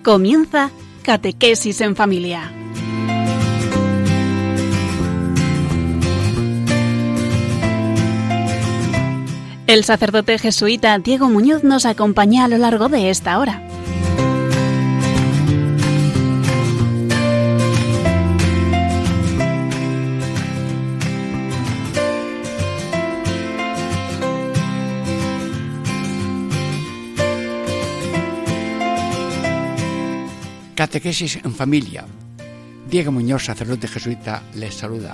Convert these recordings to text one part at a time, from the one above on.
Comienza Catequesis en Familia. El sacerdote jesuita Diego Muñoz nos acompaña a lo largo de esta hora. Catequesis en Familia. Diego Muñoz, sacerdote jesuita, les saluda.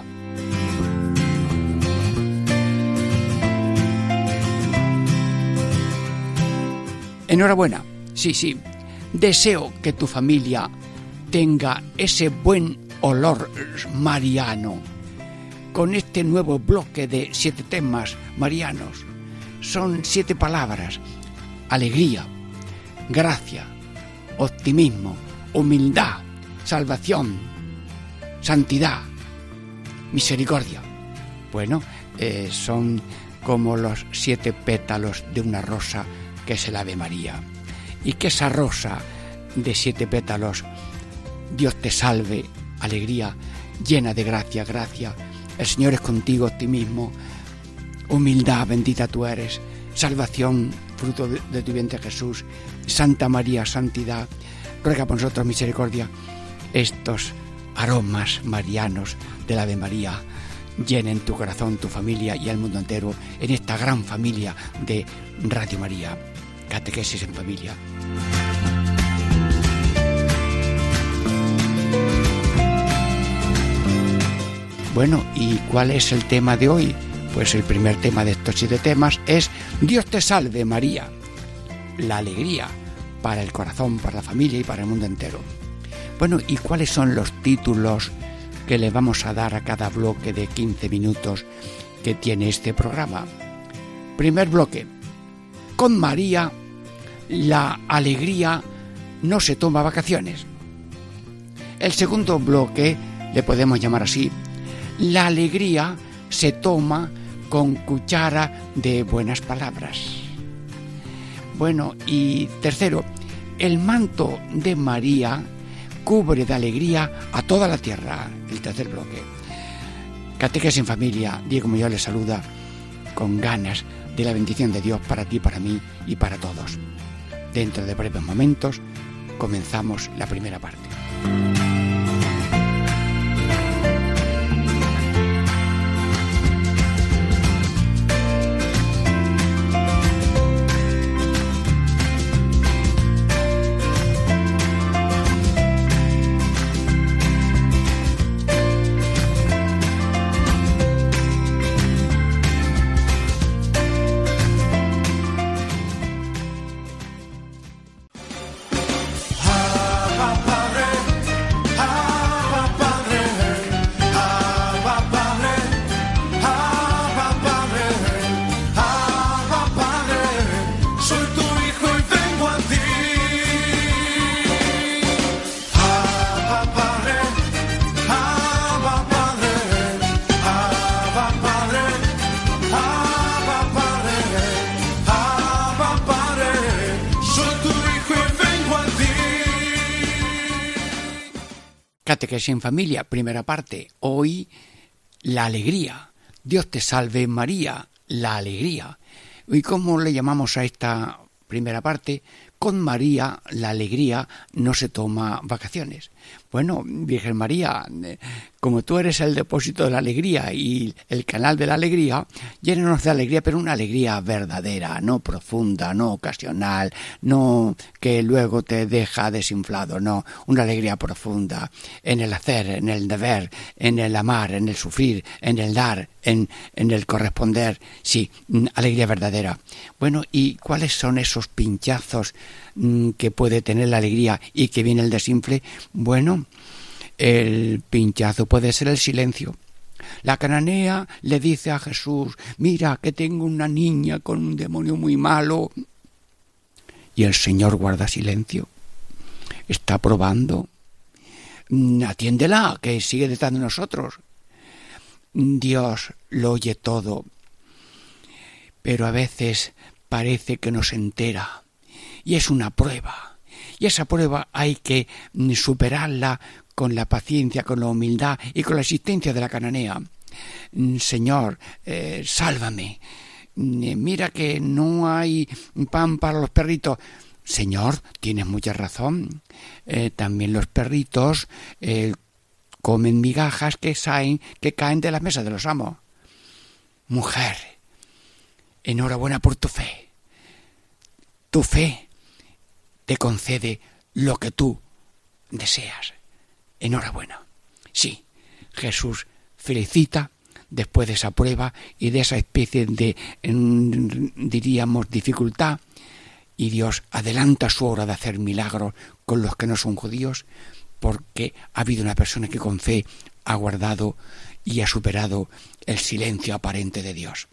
Enhorabuena, sí. Deseo que tu familia tenga ese buen olor mariano con este nuevo bloque de 7 temas marianos. Son 7 palabras: alegría, gracia, optimismo, humildad, salvación, santidad, misericordia. Bueno, son como los 7 pétalos de una rosa que es el Ave María. Y que esa rosa de 7 pétalos, Dios te salve, alegría, llena de gracia, el Señor es contigo, optimismo, humildad, bendita tú eres, salvación, fruto de tu vientre Jesús, Santa María, santidad, ruega por nosotros misericordia. Estos aromas marianos del Ave María llenen tu corazón, tu familia y el mundo entero en esta gran familia de Radio María. Catequesis en Familia. Bueno, ¿y cuál es el tema de hoy? Pues el primer tema de estos 7 temas es Dios te salve María, la alegría para el corazón, para la familia y para el mundo entero. Bueno, ¿y cuáles son los títulos que le vamos a dar a cada bloque de 15 minutos que tiene este programa? Primer bloque: con María la alegría no se toma vacaciones. El segundo bloque le podemos llamar así: la alegría se toma con cuchara de buenas palabras. Bueno, y tercero, el manto de María cubre de alegría a toda la tierra. El tercer bloque. Catequesis en Familia. Diego Muñoz les saluda con ganas de la bendición de Dios para ti, para mí y para todos. Dentro de breves momentos comenzamos la primera parte. Catequesis en Familia, primera parte. Hoy, la alegría. Dios te salve María, la alegría. ¿Y cómo le llamamos a esta primera parte? Con María la alegría no se toma vacaciones. Bueno, Virgen María, como tú eres el depósito de la alegría y el canal de la alegría, llénanos de alegría, pero una alegría verdadera, no profunda, no ocasional, no que luego te deja desinflado, no, una alegría profunda en el hacer, en el deber, en el amar, en el sufrir, en el dar, en el corresponder, sí, alegría verdadera. Bueno, ¿y cuáles son esos pinchazos que puede tener la alegría y que viene el desinfle? Bueno, el pinchazo puede ser el silencio. La cananea le dice a Jesús: mira que tengo una niña con un demonio muy malo. Y el Señor guarda silencio. Está probando. Atiéndela, que sigue detrás de nosotros. Dios lo oye todo, pero a veces parece que no se entera. Y es una prueba. Y esa prueba hay que superarla con la paciencia, con la humildad y con la existencia de la cananea. Señor, sálvame. Mira que no hay pan para los perritos. Señor, tienes mucha razón. También los perritos comen migajas que caen de las mesas de los amos. Mujer, enhorabuena por tu fe. Tu fe te concede lo que tú deseas. Enhorabuena. Sí, Jesús felicita después de esa prueba y de esa especie de, diríamos, dificultad, y Dios adelanta su obra de hacer milagros con los que no son judíos, porque ha habido una persona que con fe ha guardado y ha superado el silencio aparente de Dios.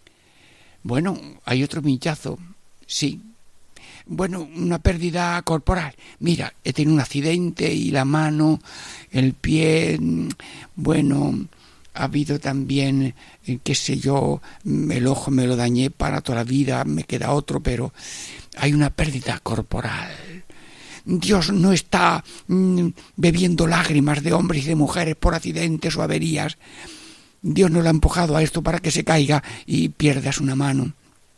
Bueno, hay otro pinchazo, sí. Bueno, una pérdida corporal. Mira, he tenido un accidente y la mano, el pie, bueno, ha habido también, qué sé yo, el ojo me lo dañé para toda la vida, me queda otro, pero hay una pérdida corporal. Dios no está bebiendo lágrimas de hombres y de mujeres por accidentes o averías. Dios no lo ha empujado a esto para que se caiga y pierdas una mano.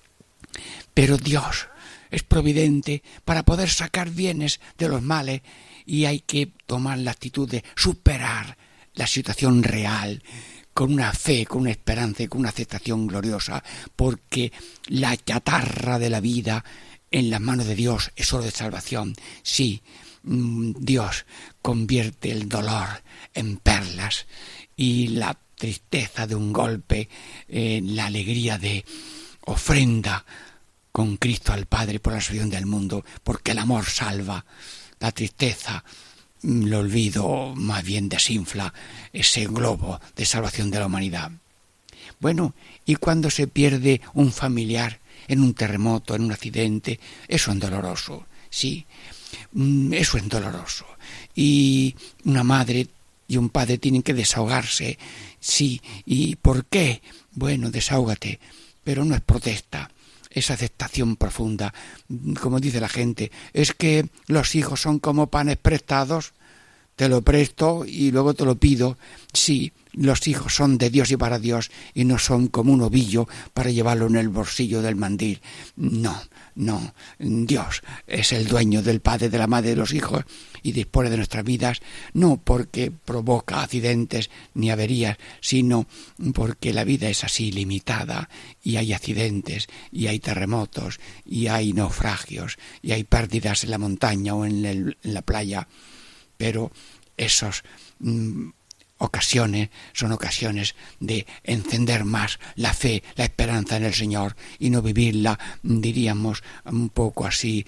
Pero Dios es providente para poder sacar bienes de los males, y hay que tomar la actitud de superar la situación real con una fe, con una esperanza y con una aceptación gloriosa, porque la chatarra de la vida en las manos de Dios es oro de salvación. Sí, Dios convierte el dolor en perlas y la tristeza de un golpe en la alegría de ofrenda con Cristo al Padre por la salvación del mundo, porque el amor salva. La tristeza, el olvido más bien desinfla ese globo de salvación de la humanidad. Bueno, y cuando se pierde un familiar en un terremoto, en un accidente, eso es doloroso, sí, eso es doloroso. Y una madre y un padre tienen que desahogarse, sí. ¿Y por qué? Bueno, desahógate, pero no es protesta. Esa aceptación profunda, como dice la gente, es que los hijos son como panes prestados, te lo presto y luego te lo pido. Sí, los hijos son de Dios y para Dios y no son como un ovillo para llevarlo en el bolsillo del mandil. No, Dios es el dueño del padre, de la madre, de los hijos y dispone de nuestras vidas, no porque provoca accidentes ni averías, sino porque la vida es así limitada y hay accidentes y hay terremotos y hay naufragios y hay pérdidas en la montaña o en la playa, pero esas ocasiones son ocasiones de encender más la fe, la esperanza en el Señor y no vivirla, diríamos, un poco así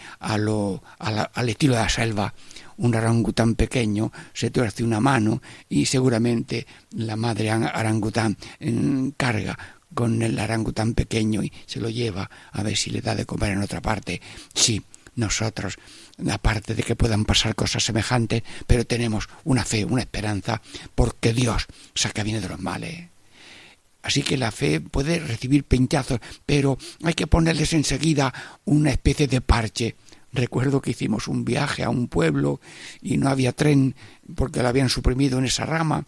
al estilo de la selva. Un orangután pequeño se tuerce una mano y seguramente la madre orangután carga con el orangután pequeño y se lo lleva a ver si le da de comer en otra parte. Sí, nosotros, aparte de que puedan pasar cosas semejantes, pero tenemos una fe, una esperanza, porque Dios saca bien de los males. Así que la fe puede recibir pinchazos, pero hay que ponerles enseguida una especie de parche. Recuerdo que hicimos un viaje a un pueblo y no había tren porque lo habían suprimido en esa rama,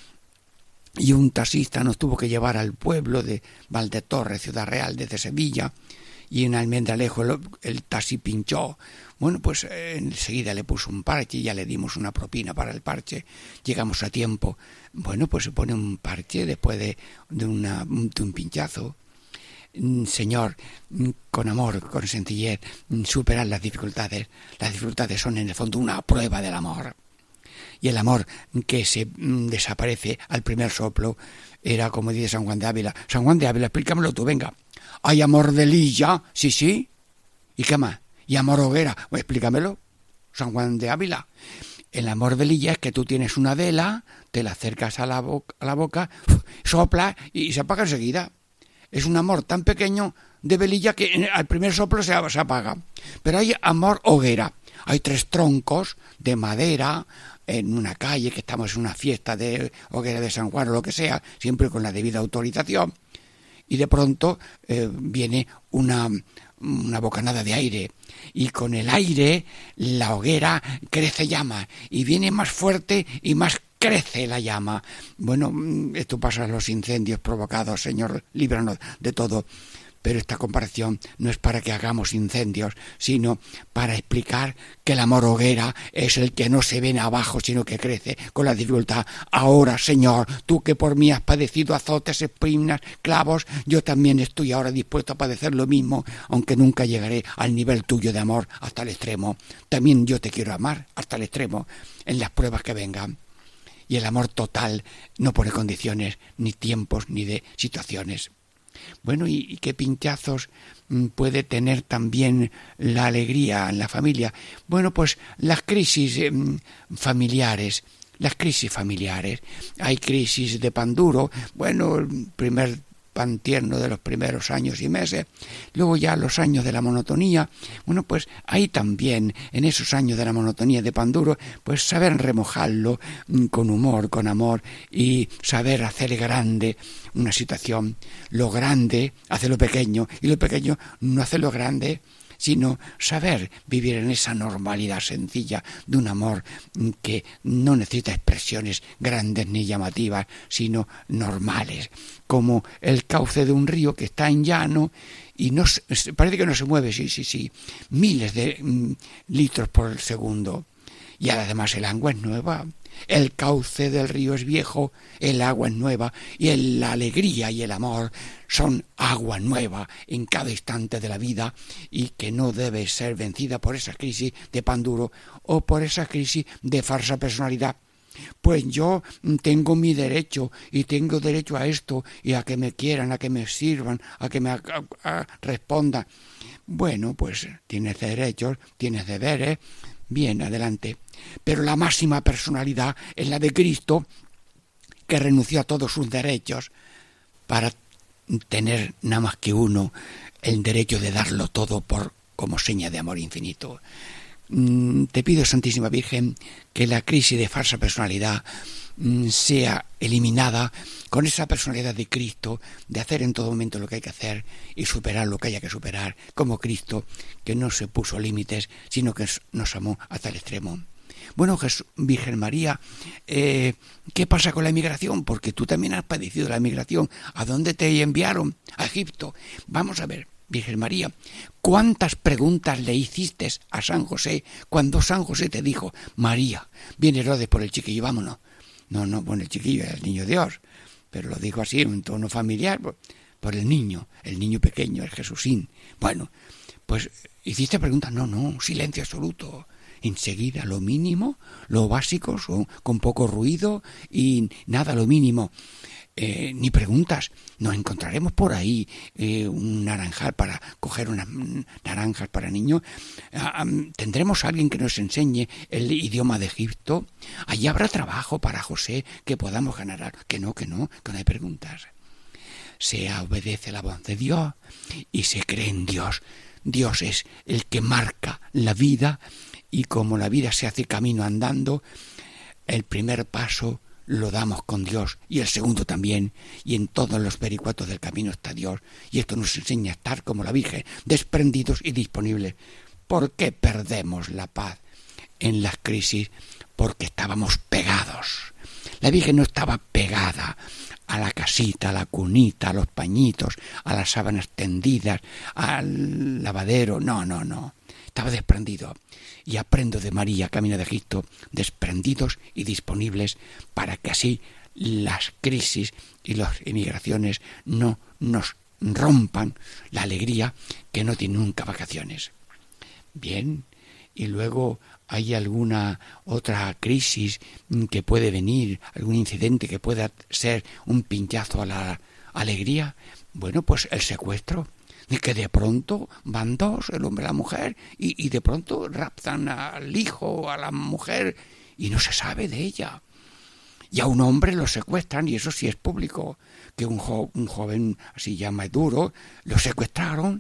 y un taxista nos tuvo que llevar al pueblo de Valdetorres, Ciudad Real, desde Sevilla, y en Almendralejo el taxi pinchó. Bueno, pues enseguida le puso un parche y ya le dimos una propina para el parche. Llegamos a tiempo. Bueno, pues se pone un parche después de un pinchazo. Señor, con amor, con sencillez, superar las dificultades. Las dificultades son en el fondo una prueba del amor. Y el amor que se desaparece al primer soplo era, como dice San Juan de Ávila. San Juan de Ávila, explícamelo tú, venga. ¿Hay amor de lilla? Sí. ¿Y qué más? ¿Y amor hoguera? Pues explícamelo, San Juan de Ávila. El amor de lilla es que tú tienes una vela, te la acercas a la boca, sopla y se apaga enseguida. Es un amor tan pequeño de velilla que al primer soplo se apaga. Pero hay amor hoguera. Hay 3 troncos de madera en una calle, que estamos en una fiesta de hoguera de San Juan o lo que sea, siempre con la debida autorización. y de pronto viene una bocanada de aire, y con el aire la hoguera crece llama, y viene más fuerte y más crece la llama. Bueno, esto pasa en los incendios provocados, Señor, líbranos de todo. Pero esta comparación no es para que hagamos incendios, sino para explicar que el amor hoguera es el que no se ve abajo, sino que crece con la dificultad. Ahora, Señor, tú que por mí has padecido azotes, espinas, clavos, yo también estoy ahora dispuesto a padecer lo mismo, aunque nunca llegaré al nivel tuyo de amor hasta el extremo. También yo te quiero amar hasta el extremo en las pruebas que vengan. Y el amor total no pone condiciones, ni tiempos, ni de situaciones. Bueno, ¿y qué pinchazos puede tener también la alegría en la familia? Bueno, pues las crisis familiares. Hay crisis de pan duro. Bueno, el primer pan tierno de los primeros años y meses, luego ya los años de la monotonía. Bueno, pues ahí también, en esos años de la monotonía de pan duro, pues saber remojarlo con humor, con amor, y saber hacer grande una situación. Lo grande hace lo pequeño, y lo pequeño no hace lo grande, sino saber vivir en esa normalidad sencilla de un amor que no necesita expresiones grandes ni llamativas, sino normales, como el cauce de un río que está en llano y parece que no se mueve, sí, miles de litros por segundo, y además el agua es nueva. El cauce del río es viejo, el agua es nueva, y la alegría y el amor son agua nueva en cada instante de la vida, y que no debe ser vencida por esa crisis de pan duro o por esa crisis de falsa personalidad. Pues yo tengo mi derecho, y tengo derecho a esto, y a que me quieran, a que me sirvan, a que me respondan. Bueno, pues tienes derechos, tienes deberes, bien, adelante. Pero la máxima personalidad es la de Cristo, que renunció a todos sus derechos para tener nada más que uno, el derecho de darlo todo como seña de amor infinito. Te pido, Santísima Virgen, que la crisis de falsa personalidad sea eliminada con esa personalidad de Cristo, de hacer en todo momento lo que hay que hacer y superar lo que haya que superar, como Cristo, que no se puso límites, sino que nos amó hasta el extremo. Bueno, Virgen María, ¿qué pasa con la emigración? Porque tú también has padecido la emigración. ¿A dónde te enviaron? A Egipto. Vamos a ver, Virgen María, ¿cuántas preguntas le hiciste a San José cuando San José te dijo: María, viene Herodes por el chiquillo, vámonos? No, bueno, el chiquillo era el niño Dios, pero lo digo así en un tono familiar, por el niño pequeño, el Jesúsín. Bueno, pues hiciste preguntas, no, silencio absoluto. Enseguida lo mínimo, lo básico, con poco ruido y nada, lo mínimo. Ni preguntas. Nos encontraremos por ahí un naranjal para coger unas naranjas para niños. Tendremos a alguien que nos enseñe el idioma de Egipto. Allí habrá trabajo para José que podamos ganar. Que no hay preguntas. Se obedece la voz de Dios y se cree en Dios. Dios es el que marca la vida, y como la vida se hace camino andando, el primer paso lo damos con Dios, y el segundo también, y en todos los vericuetos del camino está Dios, y esto nos enseña a estar como la Virgen, desprendidos y disponibles. ¿Por qué perdemos la paz en las crisis? Porque estábamos pegados. La Virgen no estaba pegada a la casita, a la cunita, a los pañitos, a las sábanas tendidas, al lavadero, no. Estaba desprendido. Y aprendo de María, camino de Egipto, desprendidos y disponibles, para que así las crisis y las emigraciones no nos rompan la alegría, que no tiene nunca vacaciones. Bien, y luego hay alguna otra crisis que puede venir, algún incidente que pueda ser un pinchazo a la alegría. Bueno, pues el secuestro. Y que de pronto van dos, el hombre y la mujer, y de pronto raptan al hijo o a la mujer y no se sabe de ella. Y a un hombre lo secuestran, y eso sí es público, que un joven así ya maduro lo secuestraron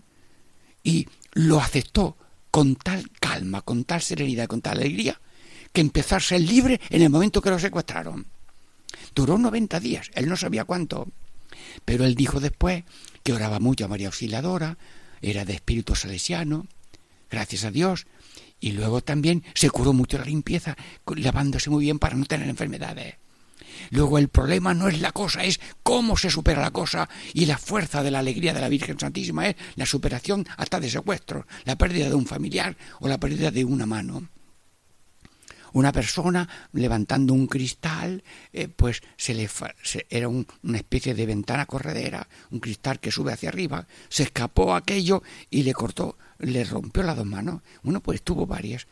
y lo aceptó con tal calma, con tal serenidad, con tal alegría, que empezó a ser libre en el momento que lo secuestraron. Duró 90 días, él no sabía cuánto, pero él dijo después que oraba mucho a María Auxiliadora, era de espíritu salesiano, gracias a Dios, y luego también se curó mucho la limpieza, lavándose muy bien para no tener enfermedades. Luego el problema no es la cosa, es cómo se supera la cosa, y la fuerza de la alegría de la Virgen Santísima es la superación hasta de secuestros, la pérdida de un familiar o la pérdida de una mano. Una persona levantando un cristal, pues era una especie de ventana corredera, un cristal que sube hacia arriba, se escapó aquello y le rompió las dos manos. Bueno, pues tuvo varios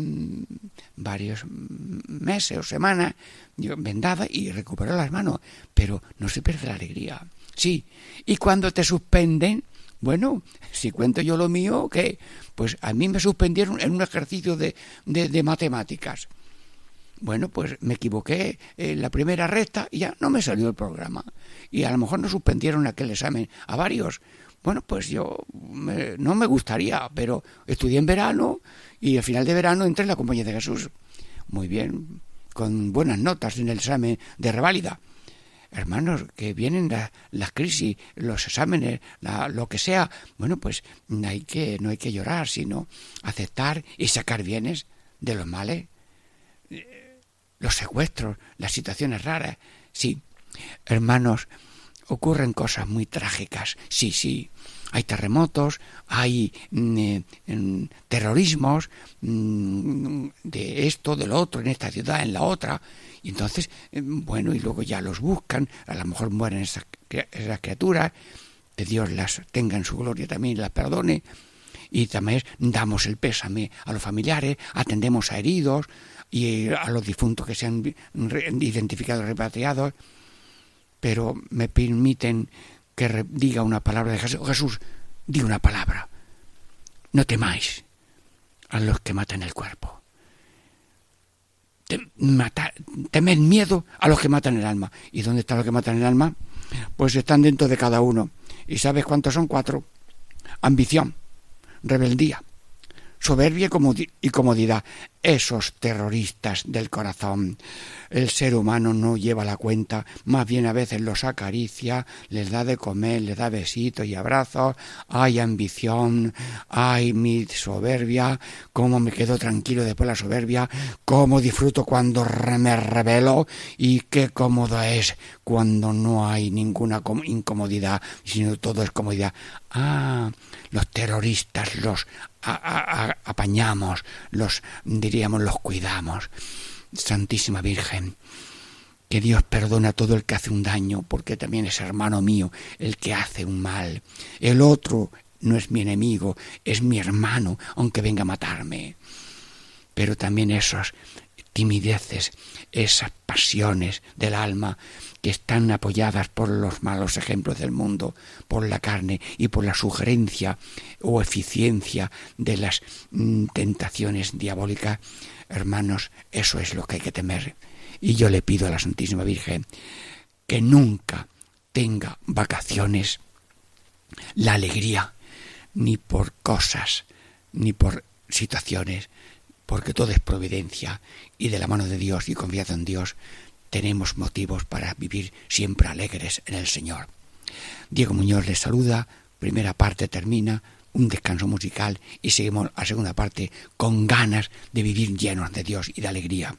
meses o semanas vendada y recuperó las manos, pero no se pierde la alegría. Sí, y cuando te suspenden, bueno, si cuento yo lo mío, ¿qué? Pues a mí me suspendieron en un ejercicio de matemáticas. Bueno, pues me equivoqué en la primera recta y ya no me salió el programa. Y a lo mejor nos suspendieron aquel examen a varios. Bueno, pues no me gustaría, pero estudié en verano y al final de verano entré en la Compañía de Jesús. Muy bien, con buenas notas en el examen de reválida. Hermanos, que vienen las crisis, los exámenes, lo que sea. Bueno, pues no hay que llorar, sino aceptar y sacar bienes de los males. Los secuestros, las situaciones raras. Sí, hermanos, ocurren cosas muy trágicas. Sí, hay terremotos, hay terrorismos, de esto, de lo otro, en esta ciudad, en la otra. Y entonces, bueno, y luego ya los buscan, a lo mejor mueren esas criaturas, que Dios las tenga en su gloria también y las perdone. Y también damos el pésame a los familiares, atendemos a heridos y a los difuntos que se han identificado repatriados. Pero me permiten que diga una palabra de Jesús. Jesús, di una palabra. No temáis a los que matan el cuerpo. Temed miedo a los que matan el alma. ¿Y dónde están los que matan el alma? Pues están dentro de cada uno. ¿Y sabes cuántos son? 4. Ambición, rebeldía, soberbia y comodidad. Esos terroristas del corazón. El ser humano no lleva la cuenta, más bien a veces los acaricia, les da de comer, les da besitos y abrazos. Hay ambición, hay mi soberbia, cómo me quedo tranquilo después de la soberbia, cómo disfruto cuando me rebelo y qué cómodo es cuando no hay ninguna incomodidad, sino todo es comodidad. Los terroristas los apañamos, los cuidamos. Santísima Virgen, que Dios perdona a todo el que hace un daño, porque también es hermano mío el que hace un mal. El otro no es mi enemigo, es mi hermano, aunque venga a matarme. Pero también esas timideces, esas pasiones del alma que están apoyadas por los malos ejemplos del mundo, por la carne y por la sugerencia o eficiencia de las tentaciones diabólicas. Hermanos, eso es lo que hay que temer. Y yo le pido a la Santísima Virgen que nunca tenga vacaciones la alegría, ni por cosas, ni por situaciones, porque todo es providencia y de la mano de Dios y confiado en Dios tenemos motivos para vivir siempre alegres en el Señor. Diego Muñoz les saluda, primera parte termina, un descanso musical y seguimos a segunda parte con ganas de vivir llenos de Dios y de alegría.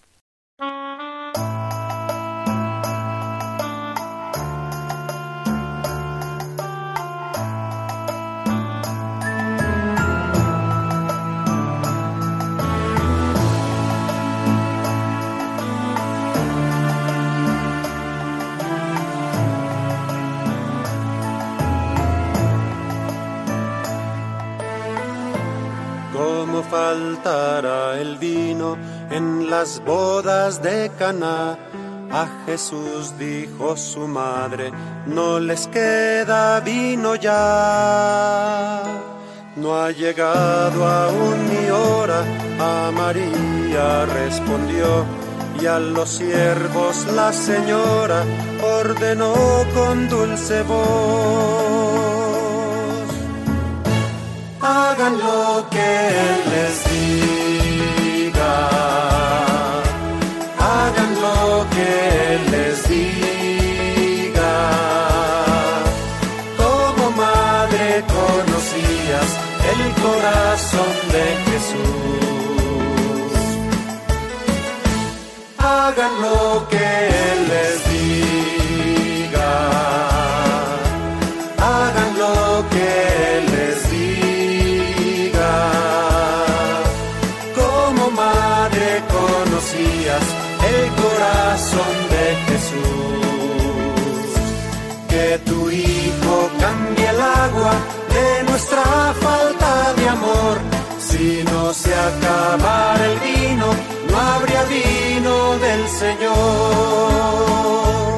Faltará el vino en las bodas de Caná. A Jesús dijo su madre, no les queda vino ya. No ha llegado aún mi hora, a María respondió, y a los siervos la señora ordenó con dulce voz. Hagan lo que Él les diga, hagan lo que Él les diga, corazón de Jesús. Hagan lo que Él les diga, hagan lo que Él les diga. Como madre conocías el corazón de Jesús. Que tu Hijo cambie el agua de nuestra falta de amor. Si no se acabara el vino, no habría vino del Señor.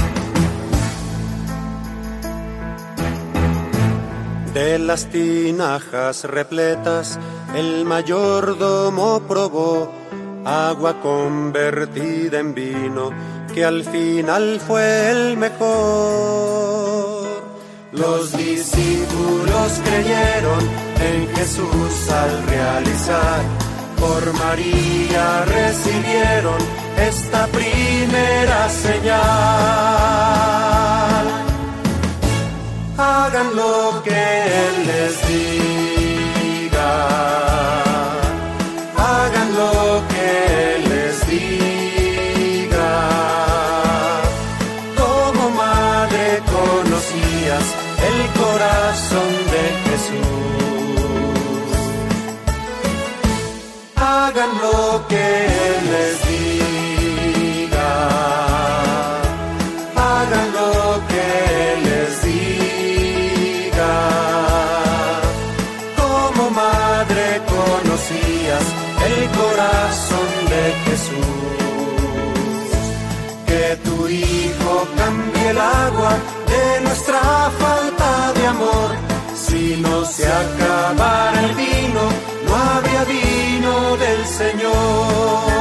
De las tinajas repletas, el mayordomo probó agua convertida en vino, que al final fue el mejor. Los discípulos creyeron en Jesús al realizar, por María recibieron esta primera señal. Hagan lo que Él les diga, hagan lo que Él les diga. Como madre conocías el corazón de Jesús. Hagan lo que Él les diga, hagan lo que Él les diga. Como madre conocías el corazón de Jesús. Que tu Hijo cambie el agua de nuestra falta de amor. Si no se acabara el vino, no habría vino del Señor.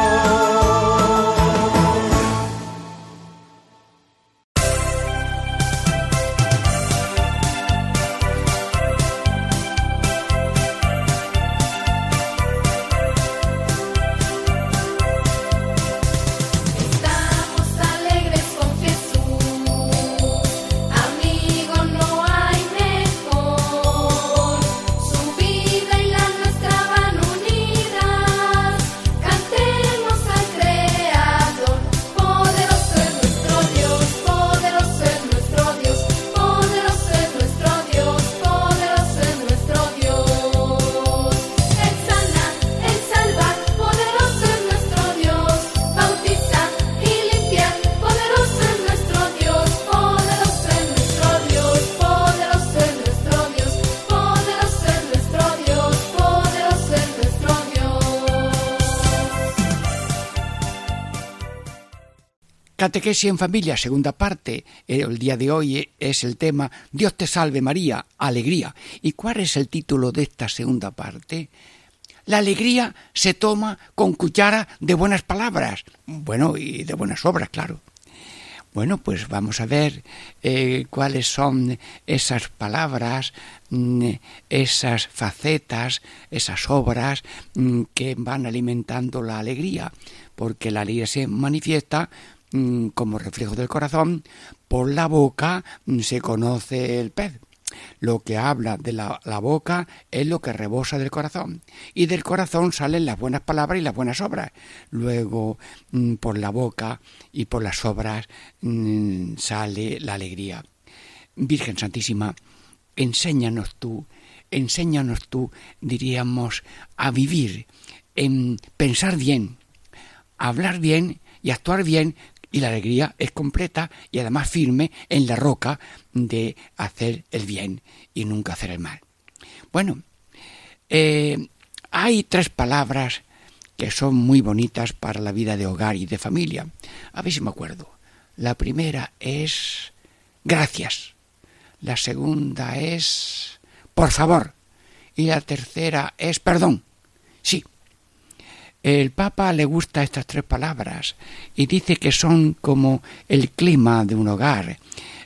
Catequesis en familia, segunda parte. El día de hoy es el tema Dios te salve María, alegría. ¿Y cuál es el título de esta segunda parte? La alegría se toma con cuchara de buenas palabras, bueno, y de buenas obras, claro. Bueno, pues vamos a ver cuáles son esas palabras, esas facetas, esas obras que van alimentando la alegría, porque la alegría se manifiesta como reflejo del corazón. Por la boca se conoce el pez. Lo que habla de la boca es lo que rebosa del corazón, y del corazón salen las buenas palabras y las buenas obras. Luego por la boca y por las obras sale la alegría. Virgen Santísima, enséñanos tú, diríamos, a vivir, en pensar bien, hablar bien y actuar bien. Y la alegría es completa y además firme en la roca de hacer el bien y nunca hacer el mal. Bueno, hay tres palabras que son muy bonitas para la vida de hogar y de familia. A ver si me acuerdo. La primera es gracias. La segunda es por favor. Y la tercera es perdón. Sí. El Papa le gusta estas tres palabras y dice que son como el clima de un hogar,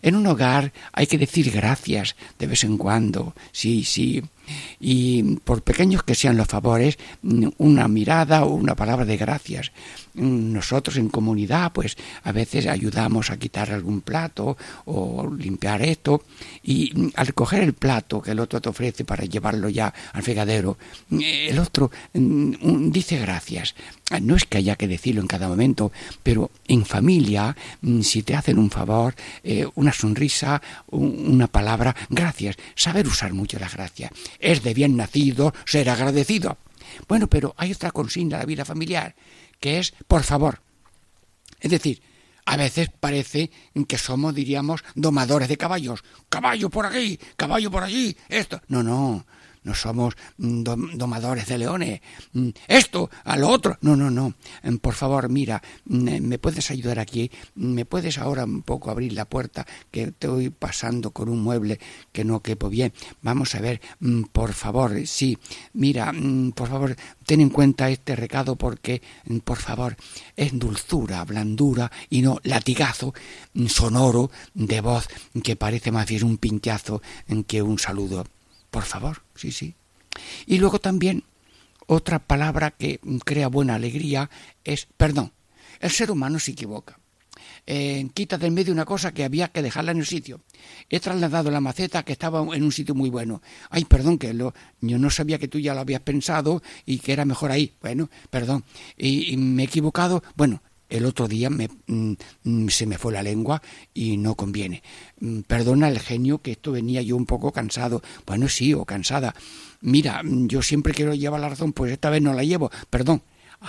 En un hogar hay que decir gracias de vez en cuando, sí, sí. Y por pequeños que sean los favores, una mirada o una palabra de gracias. Nosotros en comunidad pues a veces ayudamos a quitar algún plato o limpiar esto, y al coger el plato que el otro te ofrece para llevarlo ya al fregadero, el otro dice gracias. No es que haya que decirlo en cada momento, pero en familia, si te hacen un favor, una sonrisa, una palabra, gracias, saber usar mucho la gracia. Es de bien nacido ser agradecido. Bueno, pero hay otra consigna de la vida familiar, que es por favor. Es decir, a veces parece que somos, diríamos, domadores de caballos. Caballo por aquí, caballo por allí, esto. No somos domadores de leones. Esto, a lo otro. No. Por favor, mira, ¿me puedes ayudar aquí? ¿Me puedes ahora un poco abrir la puerta? Que estoy pasando con un mueble que no quepo bien. Vamos a ver, por favor, sí. Mira, por favor, ten en cuenta este recado porque, por favor, es dulzura, blandura y no latigazo sonoro de voz que parece más bien un pinchazo que un saludo. Por favor, sí. Y luego también otra palabra que crea buena alegría es perdón. El ser humano se equivoca. Quita del medio una cosa que había que dejarla en el sitio. He trasladado la maceta que estaba en un sitio muy bueno. Ay, perdón, yo no sabía que tú ya lo habías pensado y que era mejor ahí. Bueno, perdón. Y me he equivocado. Bueno, el otro día se me fue la lengua y no conviene. Perdona el genio, que esto venía yo un poco cansado. Bueno, sí, o cansada. Mira, yo siempre quiero llevar la razón, pues esta vez no la llevo. Perdón.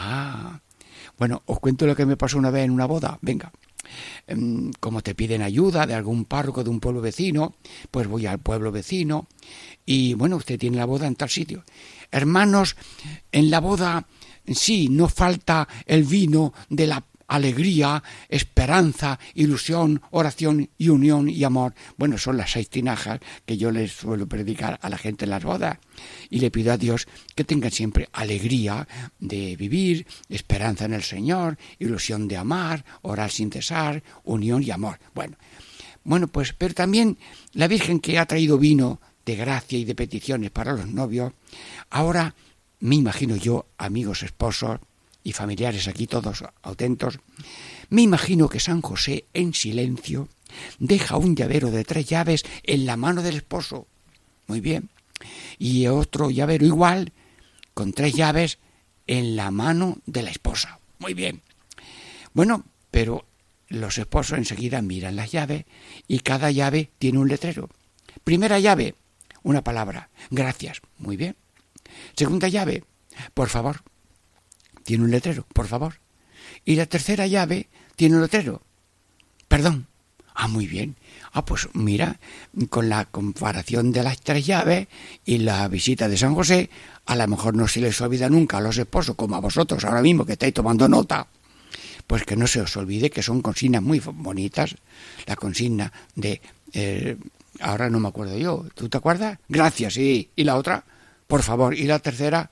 Bueno, os cuento lo que me pasó una vez en una boda. Venga. Como te piden ayuda de algún párroco de un pueblo vecino, pues voy al pueblo vecino y bueno, usted tiene la boda en tal sitio. Hermanos, en la boda sí, no falta el vino de la alegría, esperanza, ilusión, oración y unión y amor. Bueno, son las 6 tinajas que yo les suelo predicar a la gente en las bodas. Y le pido a Dios que tengan siempre alegría de vivir, esperanza en el Señor, ilusión de amar, orar sin cesar, unión y amor. Bueno, pues, pero también la Virgen, que ha traído vino de gracia y de peticiones para los novios, ahora me imagino yo, amigos esposos y familiares aquí todos atentos, me imagino que San José en silencio deja un llavero de 3 llaves en la mano del esposo. Muy bien. Y otro llavero igual, con 3 llaves en la mano de la esposa. Muy bien. Bueno, pero los esposos enseguida miran las llaves y cada llave tiene un letrero. Primera llave, una palabra, gracias. Muy bien. Segunda llave, por favor. Tiene un letrero, por favor. Y la tercera llave tiene un letrero, perdón. Muy bien. Pues mira, con la comparación de las 3 llaves y la visita de San José, a lo mejor no se les olvida nunca a los esposos, como a vosotros ahora mismo que estáis tomando nota, pues que no se os olvide que son consignas muy bonitas. La consigna de, ahora no me acuerdo yo, ¿tú te acuerdas? Gracias, sí. ¿Y la otra? Por favor. ¿Y la tercera?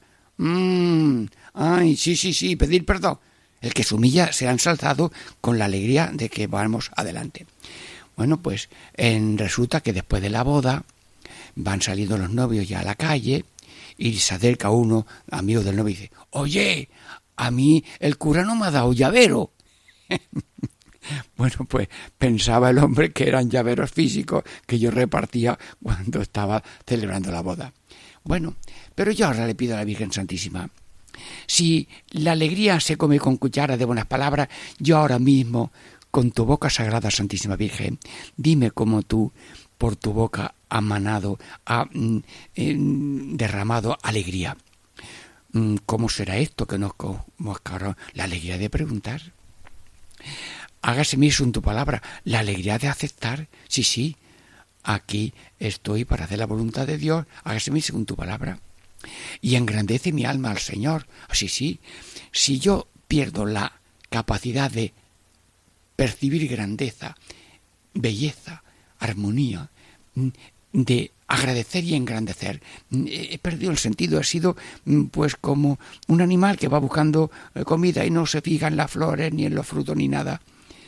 Sí, pedir perdón. El que se humilla será ensalzado con la alegría de que vamos adelante. Bueno, pues resulta que después de la boda van saliendo los novios ya a la calle y se acerca uno, amigo del novio, y dice: oye, a mí el cura no me ha dado llavero. Bueno, pues pensaba el hombre que eran llaveros físicos que yo repartía cuando estaba celebrando la boda. Bueno, pero yo ahora le pido a la Virgen Santísima, si la alegría se come con cuchara de buenas palabras, yo ahora mismo, con tu boca sagrada, Santísima Virgen, dime cómo tú, por tu boca, has manado, has derramado alegría. ¿Cómo será esto que nos convocaron? La alegría de preguntar. Hágaseme eso en tu palabra, la alegría de aceptar. Sí, aquí estoy para hacer la voluntad de Dios, hágaseme según tu palabra. Y engrandece mi alma al Señor. Sí. Si yo pierdo la capacidad de percibir grandeza, belleza, armonía, de agradecer y engrandecer, he perdido el sentido. He sido pues como un animal que va buscando comida y no se fija en las flores, ni en los frutos, ni nada.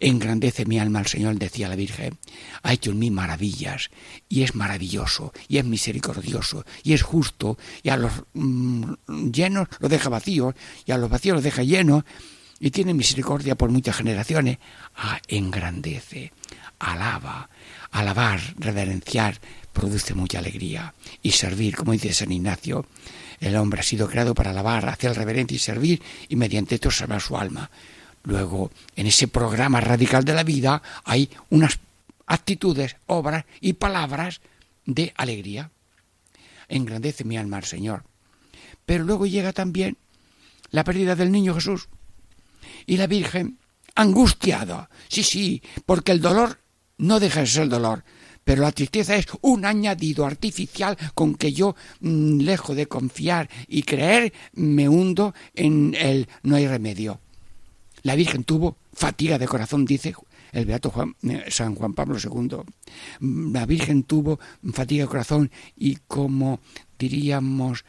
Engrandece mi alma al Señor, decía la Virgen. Ha hecho en mí maravillas, y es maravilloso, y es misericordioso, y es justo, y a los llenos los deja vacíos, y a los vacíos los deja llenos, y tiene misericordia por muchas generaciones. Engrandece, alaba. Alabar, reverenciar, produce mucha alegría. Y servir, como dice San Ignacio, el hombre ha sido creado para alabar, hacer reverencia y servir, y mediante esto salvar su alma. Luego, en ese programa radical de la vida hay unas actitudes, obras y palabras de alegría. Engrandece mi alma al Señor. Pero luego llega también la pérdida del niño Jesús. Y la Virgen, angustiada. Sí, porque el dolor no deja de ser dolor, pero la tristeza es un añadido artificial con que yo, lejos de confiar y creer, me hundo en el no hay remedio. La Virgen tuvo fatiga de corazón, dice el beato San Juan Pablo II. La Virgen tuvo fatiga de corazón y, como diríamos,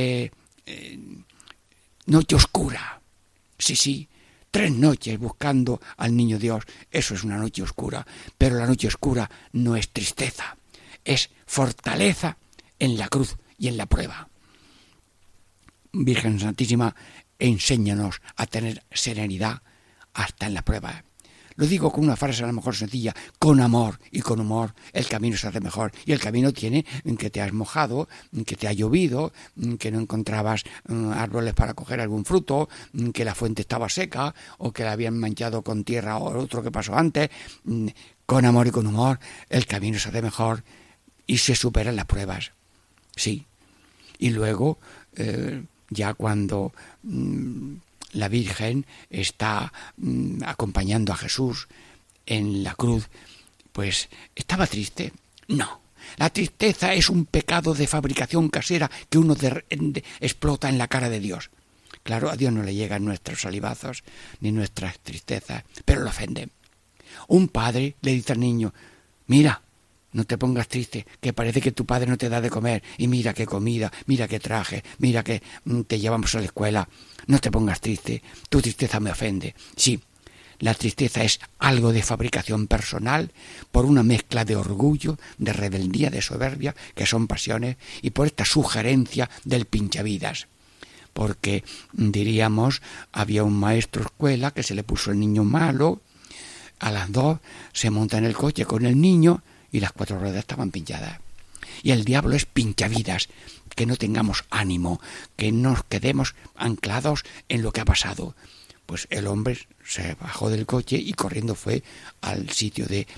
noche oscura. Sí, 3 noches buscando al niño Dios. Eso es una noche oscura, pero la noche oscura no es tristeza, es fortaleza en la cruz y en la prueba. Virgen Santísima, enséñanos a tener serenidad hasta en la prueba. Lo digo con una frase a lo mejor sencilla: con amor y con humor el camino se hace mejor. Y el camino tiene que te has mojado, que te ha llovido, que no encontrabas árboles para coger algún fruto, que la fuente estaba seca o que la habían manchado con tierra o otro que pasó antes. Con amor y con humor el camino se hace mejor y se superan las pruebas. Sí. Y luego, ya cuando la Virgen está acompañando a Jesús en la cruz, pues ¿estaba triste? No. La tristeza es un pecado de fabricación casera que uno explota en la cara de Dios. Claro, a Dios no le llegan nuestros salivazos ni nuestras tristezas, pero lo ofenden. Un padre le dice al niño: mira, no te pongas triste, que parece que tu padre no te da de comer, y mira qué comida, mira qué traje, mira que te llevamos a la escuela. No te pongas triste, tu tristeza me ofende. Sí, la tristeza es algo de fabricación personal por una mezcla de orgullo, de rebeldía, de soberbia, que son pasiones, y por esta sugerencia del pinchavidas. Porque, diríamos, había un maestro escuela que se le puso el niño malo, a las 2 se monta en el coche con el niño y las 4 ruedas estaban pinchadas. Y el diablo es pinchavidas, que no tengamos ánimo, que nos quedemos anclados en lo que ha pasado. Pues el hombre se bajó del coche y corriendo fue al sitio de,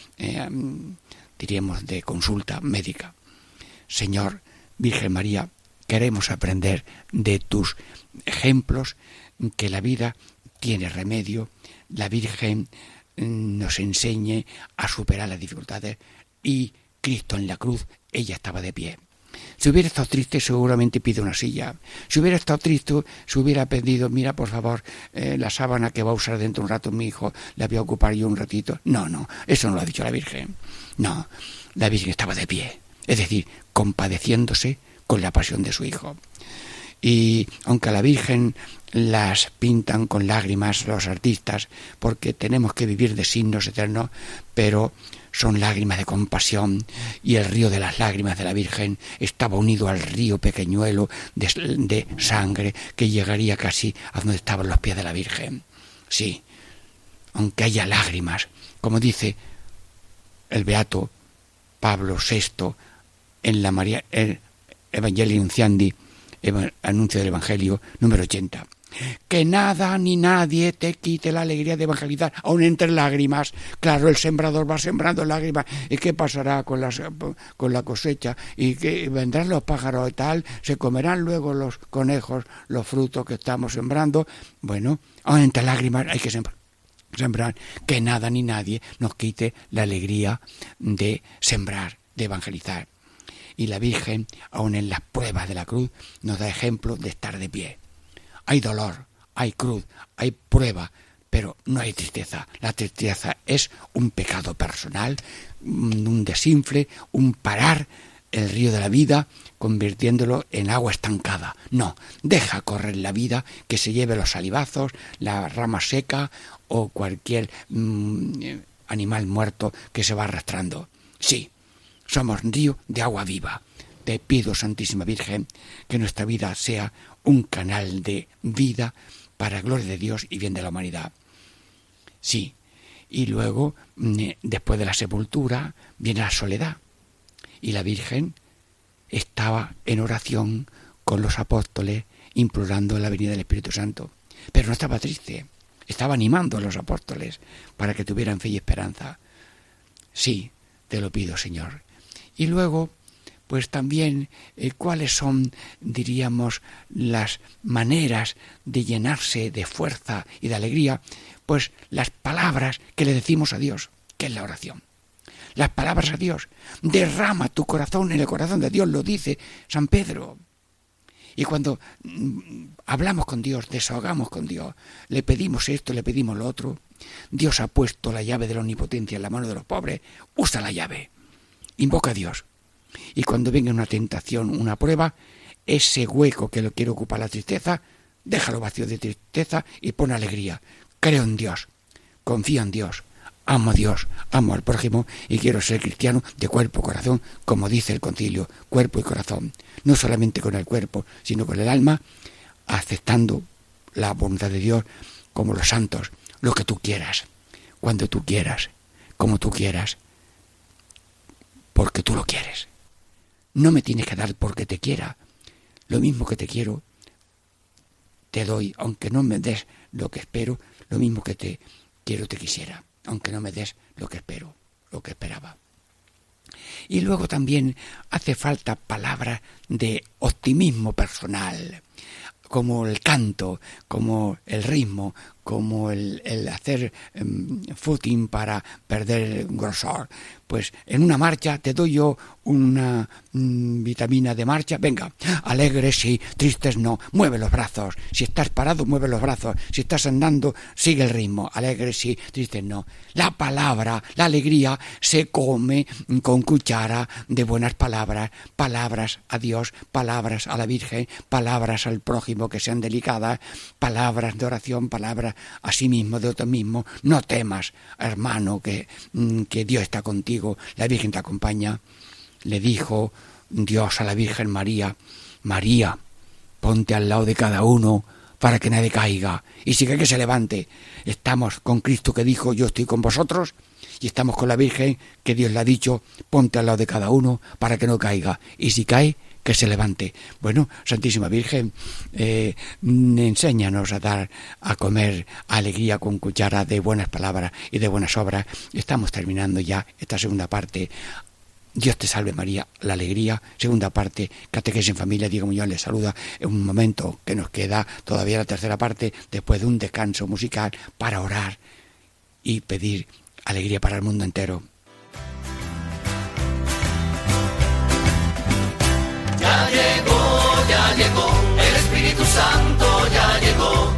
diríamos, de consulta médica. Señor, Virgen María, queremos aprender de tus ejemplos, que la vida tiene remedio. La Virgen nos enseñe a superar las dificultades, y Cristo en la cruz, ella estaba de pie. Si hubiera estado triste, seguramente pide una silla. Si hubiera estado triste, se hubiera pedido: mira, por favor, la sábana que va a usar dentro de un rato mi hijo, la voy a ocupar yo un ratito. No, eso no lo ha dicho la Virgen. No, la Virgen estaba de pie, es decir, compadeciéndose con la pasión de su hijo. Y aunque a la Virgen las pintan con lágrimas los artistas, porque tenemos que vivir de signos eternos, pero son lágrimas de compasión, y el río de las lágrimas de la Virgen estaba unido al río pequeñuelo de sangre que llegaría casi a donde estaban los pies de la Virgen. Sí, aunque haya lágrimas, como dice el beato Pablo VI en la María Evangelii Nunciandi, anuncio del Evangelio número 80. Que nada ni nadie te quite la alegría de evangelizar, aun entre lágrimas. Claro, el sembrador va sembrando lágrimas. ¿Y qué pasará con la cosecha? ¿Y que vendrán los pájaros y tal? ¿Se comerán luego los conejos los frutos que estamos sembrando? Bueno, aun entre lágrimas hay que sembrar. Que nada ni nadie nos quite la alegría de sembrar, de evangelizar. Y la Virgen, aun en las pruebas de la cruz, nos da ejemplo de estar de pie. Hay dolor, hay cruz, hay prueba, pero no hay tristeza. La tristeza es un pecado personal, un desinfle, un parar el río de la vida convirtiéndolo en agua estancada. No, deja correr la vida, que se lleve los salivazos, la rama seca o cualquier animal muerto que se va arrastrando. Sí, somos río de agua viva. Te pido, Santísima Virgen, que nuestra vida sea un canal de vida para gloria de Dios y bien de la humanidad. Sí, y luego, después de la sepultura, viene la soledad. Y la Virgen estaba en oración con los apóstoles, implorando la venida del Espíritu Santo. Pero no estaba triste, estaba animando a los apóstoles para que tuvieran fe y esperanza. Sí, te lo pido, Señor. Y luego, pues también, ¿cuáles son, diríamos, las maneras de llenarse de fuerza y de alegría? Pues las palabras que le decimos a Dios, que es la oración. Las palabras a Dios. Derrama tu corazón en el corazón de Dios, lo dice San Pedro. Y cuando hablamos con Dios, desahogamos con Dios, le pedimos esto, le pedimos lo otro, Dios ha puesto la llave de la omnipotencia en la mano de los pobres, usa la llave, invoca a Dios. Y cuando venga una tentación, una prueba, ese hueco que lo quiere ocupar la tristeza, déjalo vacío de tristeza y pon alegría. Creo en Dios, confío en Dios, amo a Dios, amo al prójimo y quiero ser cristiano de cuerpo y corazón, como dice el concilio, cuerpo y corazón. No solamente con el cuerpo, sino con el alma, aceptando la voluntad de Dios como los santos, lo que tú quieras, cuando tú quieras, como tú quieras, porque tú lo quieres. No me tienes que dar porque te quiera. Lo mismo que te quiero, te doy, aunque no me des lo que espero, lo mismo que te quiero, te quisiera, aunque no me des lo que espero, lo que esperaba. Y luego también hace falta palabras de optimismo personal, como el canto, como el ritmo, como el hacer footing para perder grosor. Pues en una marcha te doy yo una vitamina de marcha. Venga, alegres sí, tristes no. Mueve los brazos. Si estás parado, mueve los brazos. Si estás andando, sigue el ritmo. Alegres sí, tristes no. La palabra, la alegría se come con cuchara de buenas palabras. Palabras a Dios, palabras a la Virgen, palabras al prójimo que sean delicadas, palabras de oración, palabras a sí mismo, de otro mismo. No temas, hermano, que Dios está contigo. La Virgen te acompaña. Le dijo Dios a la Virgen María: María, ponte al lado de cada uno para que nadie caiga, y si cae que se levante. Estamos con Cristo, que dijo: yo estoy con vosotros, y estamos con la Virgen, que Dios le ha dicho: ponte al lado de cada uno para que no caiga, y si cae, que se levante. Bueno, Santísima Virgen, enséñanos a dar a comer alegría con cuchara de buenas palabras y de buenas obras. Estamos terminando ya esta segunda parte. Dios te salve María, la alegría. Segunda parte, catequesis en familia. Diego Muñoz les saluda en un momento que nos queda todavía la tercera parte, después de un descanso musical para orar y pedir alegría para el mundo entero. Ya llegó, el Espíritu Santo ya llegó,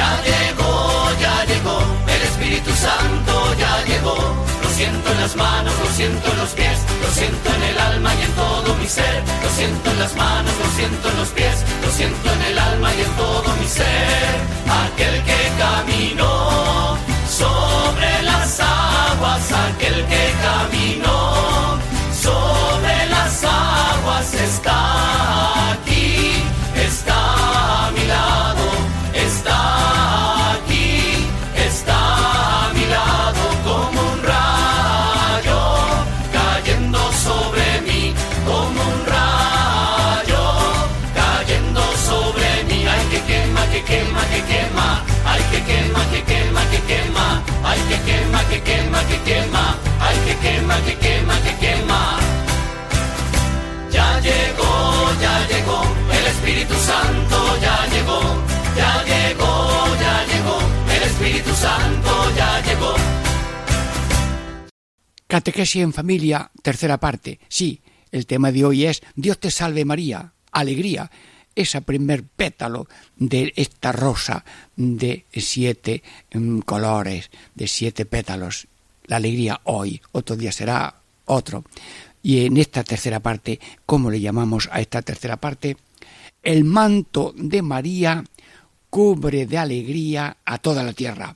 el Espíritu Santo ya llegó. Lo siento en las manos, lo siento en los pies, lo siento en el alma y en todo mi ser. Lo siento en las manos, lo siento en los pies, lo siento en el alma y en todo mi ser. Aquel que caminó sobre las aguas, aquel que caminó sobre las aguas está aquí, está a mi lado, está aquí, está a mi lado, como un rayo cayendo sobre mí, como un rayo cayendo sobre mí. Ay, que quema, que quema, que quema, ay, que quema, que quema, que quema, ay, que quema, que quema, que quema, ay, que quema, que quema, que quema. Ya llegó, el Espíritu Santo ya llegó, ya llegó, ya llegó, el Espíritu Santo ya llegó. Catequesis en familia, tercera parte. Sí, el tema de hoy es Dios te salve María, alegría. Ese primer pétalo de esta rosa de 7 colores, de 7 pétalos. La alegría hoy, otro día será otro. Y en esta tercera parte, ¿cómo le llamamos a esta tercera parte? El manto de María cubre de alegría a toda la tierra.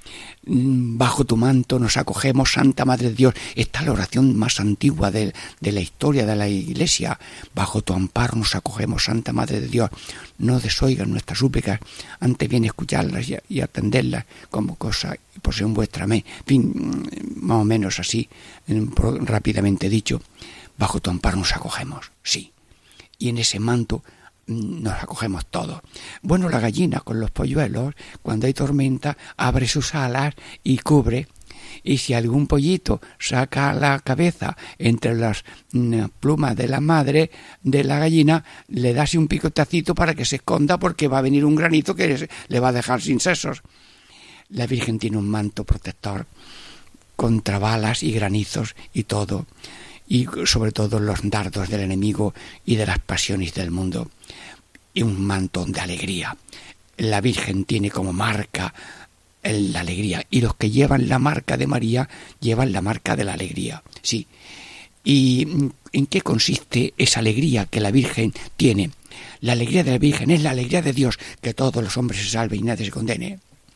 Bajo tu manto nos acogemos, Santa Madre de Dios. Esta es la oración más antigua de la historia de la Iglesia. Bajo tu amparo nos acogemos, Santa Madre de Dios. No desoigan nuestras súplicas, antes bien escucharlas y atenderlas como cosa y posesión vuestra. En fin, más o menos así, rápidamente dicho. Bajo tu amparo nos acogemos, sí. Y en ese manto nos acogemos todos. Bueno, la gallina con los polluelos, cuando hay tormenta, abre sus alas y cubre. Y si algún pollito saca la cabeza entre las plumas de la madre de la gallina, le das un picotacito para que se esconda, porque va a venir un granito que le va a dejar sin sesos. La Virgen tiene un manto protector contra balas y granizos y todo, y sobre todo los dardos del enemigo y de las pasiones del mundo, y un manto de alegría. La Virgen tiene como marca la alegría, y los que llevan la marca de María llevan la marca de la alegría, sí. ¿Y en qué consiste esa alegría que la Virgen tiene? La alegría de la Virgen es la alegría de Dios, que todos los hombres se salven y nadie se condene.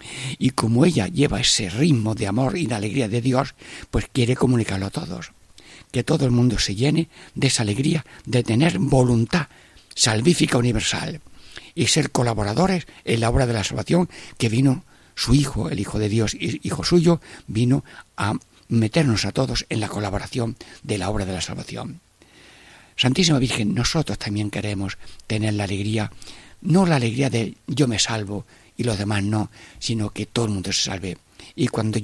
Y como ella lleva ese ritmo de amor y de alegría de Dios, pues quiere comunicarlo a todos. Que todo el mundo se llene de esa alegría de tener voluntad salvífica universal y ser colaboradores en la obra de la salvación que vino su Hijo, el Hijo de Dios, Hijo suyo, vino a meternos a todos en la colaboración de la obra de la salvación. Santísima Virgen, nosotros también queremos tener la alegría, no la alegría de yo me salvo y los demás no, sino que todo el mundo se salve. Y cuando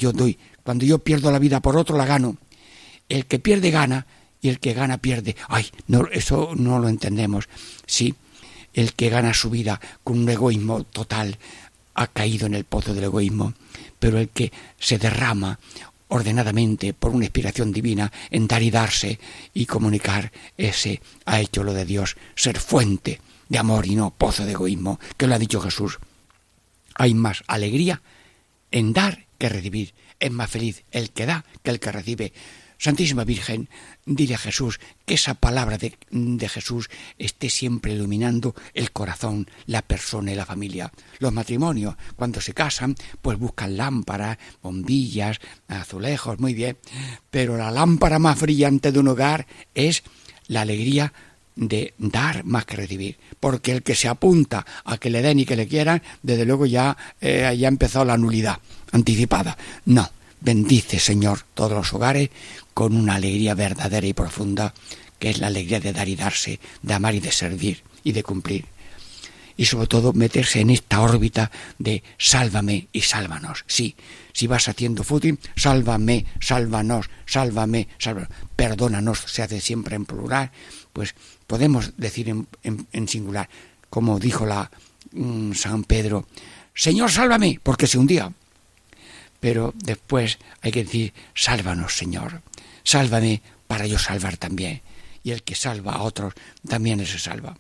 yo pierdo la vida por otro, la gano. El que pierde gana y el que gana pierde. Ay, no, eso no lo entendemos. Sí, el que gana su vida con un egoísmo total ha caído en el pozo del egoísmo, pero el que se derrama ordenadamente por una inspiración divina en dar y darse y comunicar, ese ha hecho lo de Dios, ser fuente de amor y no pozo de egoísmo, que lo ha dicho Jesús. Hay más alegría en dar que recibir. Es más feliz el que da que el que recibe. Santísima Virgen, dile a Jesús que esa palabra de Jesús esté siempre iluminando el corazón, la persona y la familia. Los matrimonios, cuando se casan, pues buscan lámparas, bombillas, azulejos, muy bien. Pero la lámpara más brillante de un hogar es la alegría de dar más que recibir. Porque el que se apunta a que le den y que le quieran, desde luego ya ha empezado la nulidad anticipada. No. Bendice, Señor, todos los hogares con una alegría verdadera y profunda, que es la alegría de dar y darse, de amar y de servir y de cumplir. Y sobre todo meterse en esta órbita de sálvame y sálvanos. Sí, si vas haciendo footing, sálvame, sálvanos, sálvame, sálvanos. Perdónanos, se hace siempre en plural, pues podemos decir en singular, como dijo San Pedro, Señor, sálvame, porque se hundía. Pero después hay que decir, sálvanos, Señor, sálvame para yo salvar también. Y el que salva a otros también se salva.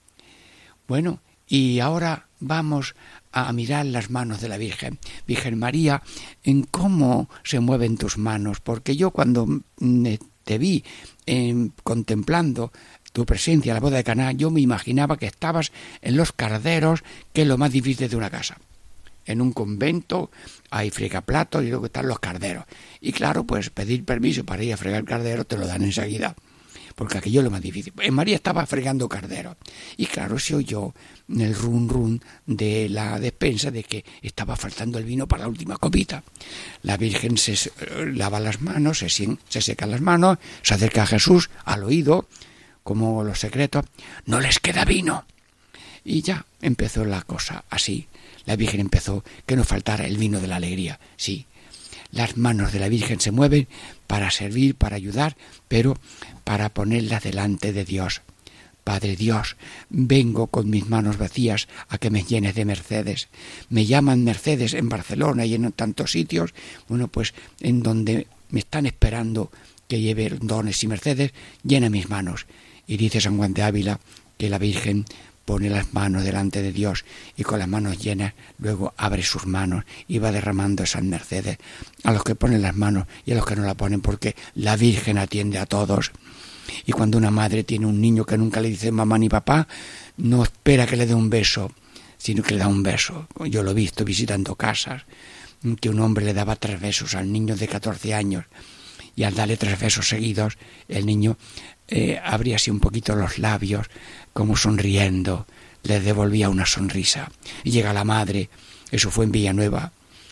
Bueno, y ahora vamos a mirar las manos de la Virgen. Virgen María, en cómo se mueven tus manos, porque yo cuando te vi contemplando tu presencia en la boda de Caná, yo me imaginaba que estabas en los carderos, que es lo más difícil de una casa. En un convento hay fregaplatos y luego están los carderos. Y claro, pues pedir permiso para ir a fregar cardero te lo dan enseguida, porque aquello es lo más difícil. En María estaba fregando cardero. Y claro, se oyó el run run de la despensa de que estaba faltando el vino para la última copita. La Virgen se lava las manos, se seca las manos, se acerca a Jesús al oído, como los secretos, no les queda vino. Y ya empezó la cosa así. La Virgen empezó que no faltara el vino de la alegría. Sí, las manos de la Virgen se mueven para servir, para ayudar, pero para ponerlas delante de Dios. Padre Dios, vengo con mis manos vacías a que me llenes de mercedes. Me llaman Mercedes en Barcelona y en tantos sitios, bueno, pues en donde me están esperando que lleve dones y mercedes, llena mis manos. Y dice San Juan de Ávila que la Virgen pone las manos delante de Dios y con las manos llenas luego abre sus manos y va derramando esas mercedes a los que ponen las manos y a los que no la ponen, porque la Virgen atiende a todos. Y cuando una madre tiene un niño que nunca le dice mamá ni papá, no espera que le dé un beso, sino que le da un beso. Yo lo he visto visitando casas, que un hombre le daba 3 besos al niño de 14 años, y al darle 3 besos seguidos, el niño abría así un poquito los labios, como sonriendo, le devolvía una sonrisa. Y llega la madre, eso fue en Villanueva,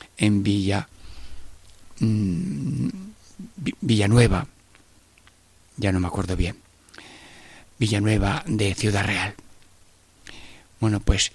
Villanueva, ya no me acuerdo bien, Villanueva de Ciudad Real. Bueno, pues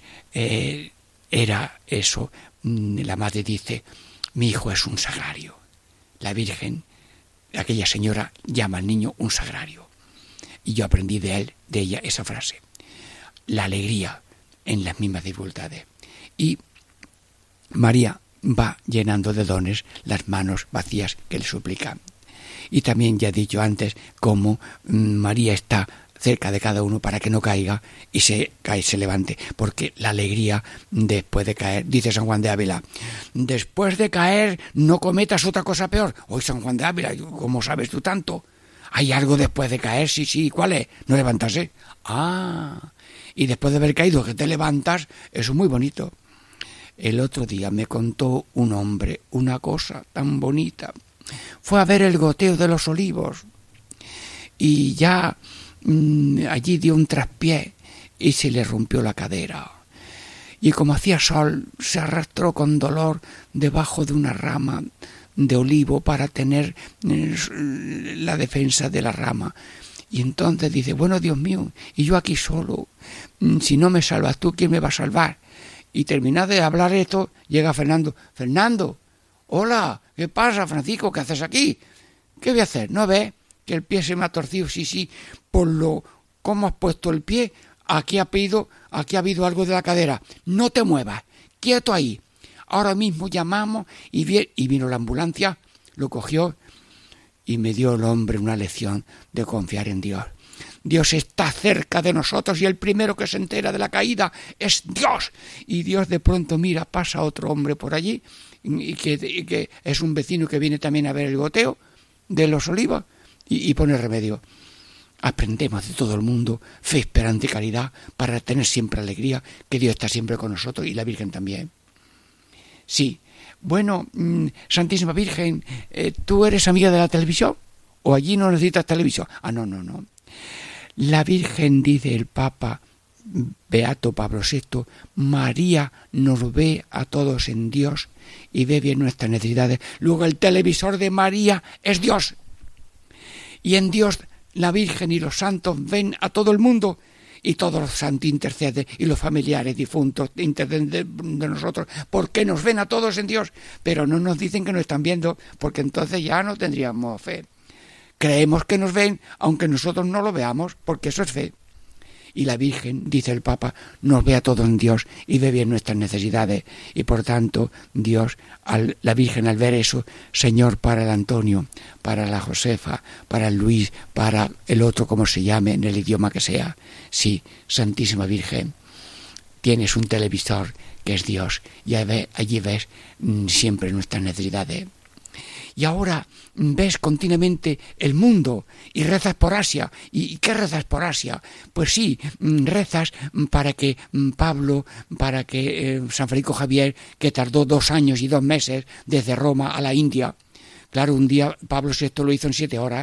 era eso. La madre dice, mi hijo es un sagrario. La Virgen, aquella señora, llama al niño un sagrario. Y yo aprendí de ella esa frase. La alegría en las mismas dificultades. Y María va llenando de dones las manos vacías que le suplican. Y también ya he dicho antes cómo María está cerca de cada uno para que no caiga y se cae, se levante, porque la alegría después de caer, dice San Juan de Ávila, después de caer no cometas otra cosa peor. Hoy San Juan de Ávila, ¿cómo sabes tú tanto? ¿Hay algo después de caer? Sí, ¿cuál es? No levantarse. Y después de haber caído que te levantas, eso es muy bonito. El otro día me contó un hombre una cosa tan bonita. Fue a ver el goteo de los olivos y ya allí dio un traspié y se le rompió la cadera. Y como hacía sol, se arrastró con dolor debajo de una rama de olivo para tener la defensa de la rama. Y entonces dice, bueno, Dios mío, y yo aquí solo, si no me salvas tú, ¿quién me va a salvar? Y terminado de hablar esto, llega Fernando. Fernando, hola, ¿qué pasa, Francisco? ¿Qué haces aquí? ¿Qué voy a hacer? ¿No ves que el pie se me ha torcido? Sí, por lo cómo has puesto el pie, aquí ha habido algo de la cadera. No te muevas, quieto ahí. Ahora mismo llamamos y vino la ambulancia, lo cogió y me dio el hombre una lección de confiar en Dios. Dios está cerca de nosotros y el primero que se entera de la caída es Dios. Y Dios de pronto mira, pasa otro hombre por allí y que es un vecino que viene también a ver el goteo de los olivos y pone remedio. Aprendemos de todo el mundo fe, esperanza y caridad para tener siempre alegría, que Dios está siempre con nosotros y la Virgen también. Sí, bueno, Santísima Virgen, ¿tú eres amiga de la televisión? ¿O allí no necesitas televisión? No. La Virgen, dice el Papa Beato Pablo VI, María nos ve a todos en Dios y ve bien nuestras necesidades. Luego el televisor de María es Dios. Y en Dios la Virgen y los santos ven a todo el mundo y todos los santos interceden y los familiares difuntos interceden de nosotros porque nos ven a todos en Dios, pero no nos dicen que nos están viendo porque entonces ya no tendríamos fe. Creemos que nos ven aunque nosotros no lo veamos porque eso es fe. Y la Virgen, dice el Papa, nos ve a todos en Dios y ve bien nuestras necesidades. Y por tanto, Dios, la Virgen al ver eso, Señor, para el Antonio, para la Josefa, para el Luis, para el otro como se llame, en el idioma que sea. Sí, Santísima Virgen, tienes un televisor que es Dios y allí ves siempre nuestras necesidades. Y ahora ves continuamente el mundo y rezas por Asia. ¿Y qué rezas por Asia? Pues sí, rezas para que Pablo, para que San Francisco Javier, que tardó 2 años y 2 meses desde Roma a la India. Claro, un día Pablo VI lo hizo en 7 horas.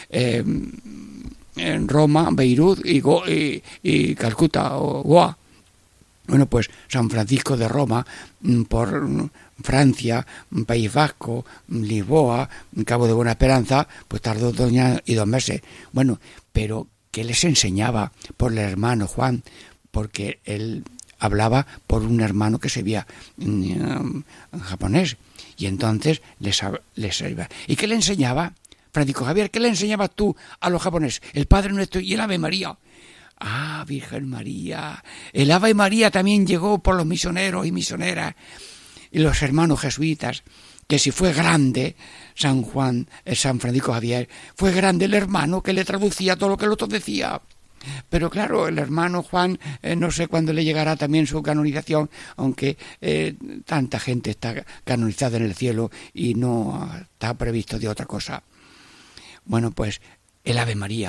En Roma, Beirut y Calcuta o Goa. Bueno, pues San Francisco de Roma, por Francia, País Vasco, Lisboa, Cabo de Buena Esperanza, pues tardó 2 años y 2 meses. Bueno, pero ¿qué les enseñaba por el hermano Juan? Porque él hablaba por un hermano que se veía en japonés. Y entonces les iba. ¿Y qué le enseñaba? Francisco Javier, ¿qué le enseñabas tú a los japoneses? El Padre Nuestro y el Ave María. Ah, Virgen María. El Ave María también llegó por los misioneros y misioneras y los hermanos jesuitas, que si fue grande San Francisco Javier, fue grande el hermano que le traducía todo lo que el otro decía. Pero claro, el hermano Juan, no sé cuándo le llegará también su canonización, aunque tanta gente está canonizada en el cielo y no está previsto de otra cosa. Bueno, pues el Ave María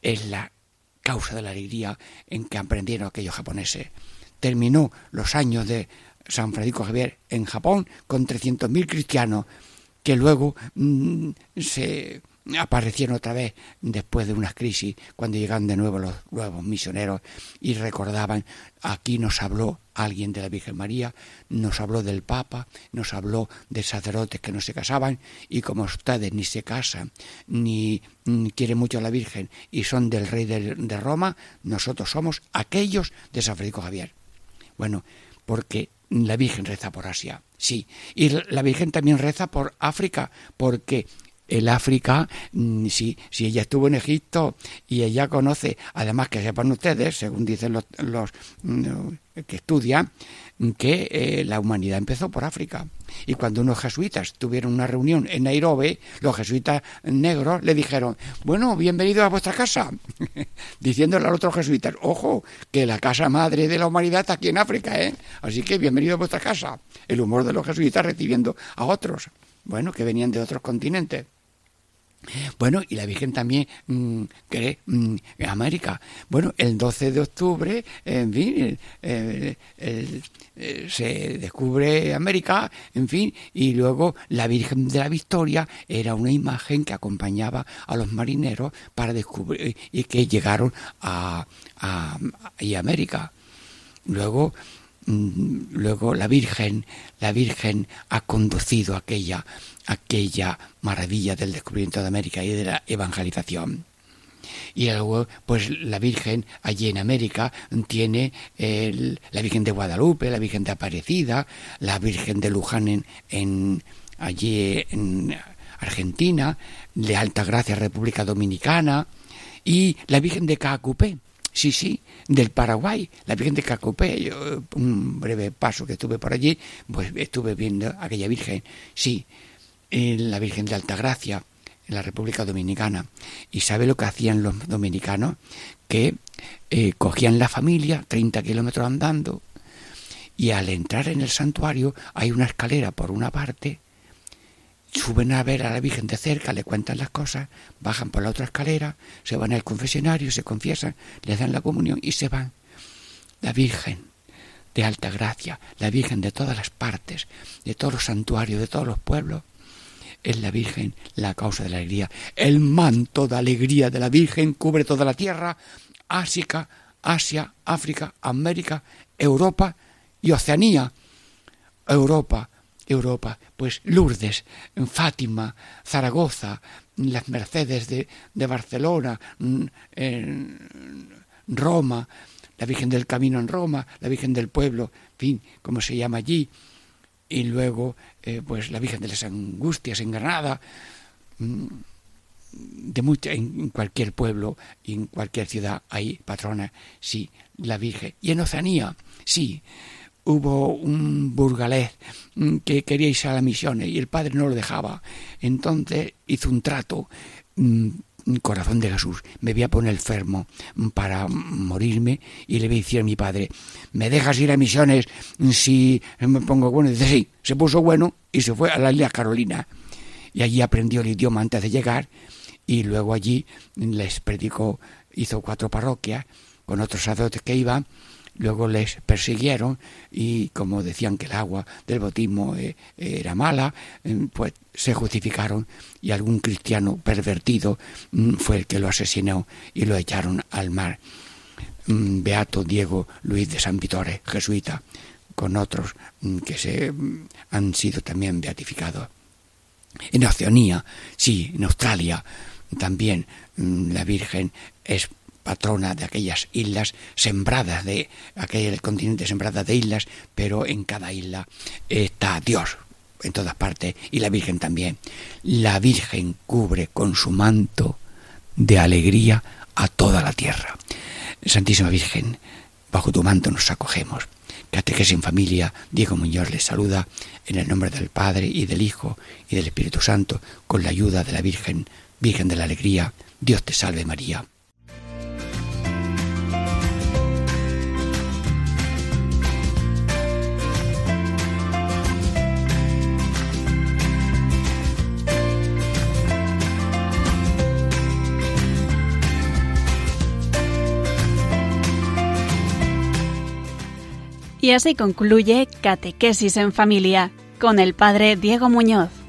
es la causa de la alegría en que aprendieron aquellos japoneses. Terminó los años de San Francisco Javier en Japón con 300.000 cristianos que luego se aparecieron otra vez después de unas crisis, cuando llegaron de nuevo los nuevos misioneros y recordaban, aquí nos habló alguien de la Virgen María, nos habló del Papa, nos habló de sacerdotes que no se casaban, y como ustedes ni se casan ni quieren mucho a la Virgen y son del rey de Roma, nosotros somos aquellos de San Francisco Javier. Bueno, porque la Virgen reza por Asia, sí, y la Virgen también reza por África, porque el África, si ella estuvo en Egipto y ella conoce, además que sepan ustedes, según dicen los que estudian, que la humanidad empezó por África. Y cuando unos jesuitas tuvieron una reunión en Nairobi, los jesuitas negros le dijeron, bueno, bienvenidos a vuestra casa, diciéndole a los otros jesuitas, ojo, que la casa madre de la humanidad está aquí en África, así que bienvenidos a vuestra casa. El humor de los jesuitas recibiendo a otros, bueno, que venían de otros continentes. Bueno, y la Virgen también cree en América. Bueno, el 12 de octubre, en fin, se descubre América, en fin, y luego la Virgen de la Victoria era una imagen que acompañaba a los marineros para descubrir y que llegaron a América. Luego la Virgen ha conducido aquella maravilla del descubrimiento de América y de la evangelización. Y luego, pues la Virgen allí en América tiene la Virgen de Guadalupe, la Virgen de Aparecida, la Virgen de Luján allí en Argentina, de Altagracia, República Dominicana, y la Virgen de Caacupé. Sí, del Paraguay, la Virgen de Caacupé. Yo, un breve paso que estuve por allí, pues estuve viendo aquella Virgen, sí, la Virgen de Altagracia, en la República Dominicana. ¿Y sabe lo que hacían los dominicanos? Que cogían la familia, 30 kilómetros andando, y al entrar en el santuario hay una escalera por una parte, suben a ver a la Virgen de cerca, le cuentan las cosas, bajan por la otra escalera, se van al confesionario, se confiesan, les dan la comunión y se van. La Virgen de Altagracia, la Virgen de todas las partes, de todos los santuarios, de todos los pueblos, es la Virgen la causa de la alegría. El manto de alegría de la Virgen cubre toda la tierra, Asia, África, América, Europa y Oceanía. Europa, pues Lourdes, Fátima, Zaragoza, las Mercedes de Barcelona, Roma, la Virgen del Camino en Roma, la Virgen del Pueblo, en fin, como se llama allí, y luego pues la Virgen de las Angustias en Granada, en cualquier pueblo y en cualquier ciudad hay patrona, sí, la Virgen. Y en Oceanía, sí, hubo un burgalés que quería irse a las misiones y el padre no lo dejaba. Entonces hizo un trato, corazón de Jesús, me voy a poner enfermo para morirme, y le voy a decir a mi padre, ¿me dejas ir a misiones si me pongo bueno? Y dice, sí, se puso bueno y se fue a las Islas Carolinas. Y allí aprendió el idioma antes de llegar, y luego allí les predicó, hizo 4 parroquias con otros sacerdotes que iban. Luego les persiguieron y como decían que el agua del bautismo era mala, pues se justificaron, y algún cristiano pervertido fue el que lo asesinó y lo echaron al mar. Beato Diego Luis de San Vitore, jesuita, con otros que han sido también beatificados. En Oceanía, sí, en Australia también la Virgen es patrona de aquellas islas sembradas, de aquel continente sembrada de islas, pero en cada isla está Dios, en todas partes, y la Virgen también. La Virgen cubre con su manto de alegría a toda la tierra. Santísima Virgen, bajo tu manto nos acogemos. Catequesis en Familia, Diego Muñoz les saluda en el nombre del Padre y del Hijo y del Espíritu Santo, con la ayuda de la Virgen, Virgen de la Alegría. Dios te salve María. Y así concluye Catequesis en Familia con el Padre Diego Muñoz.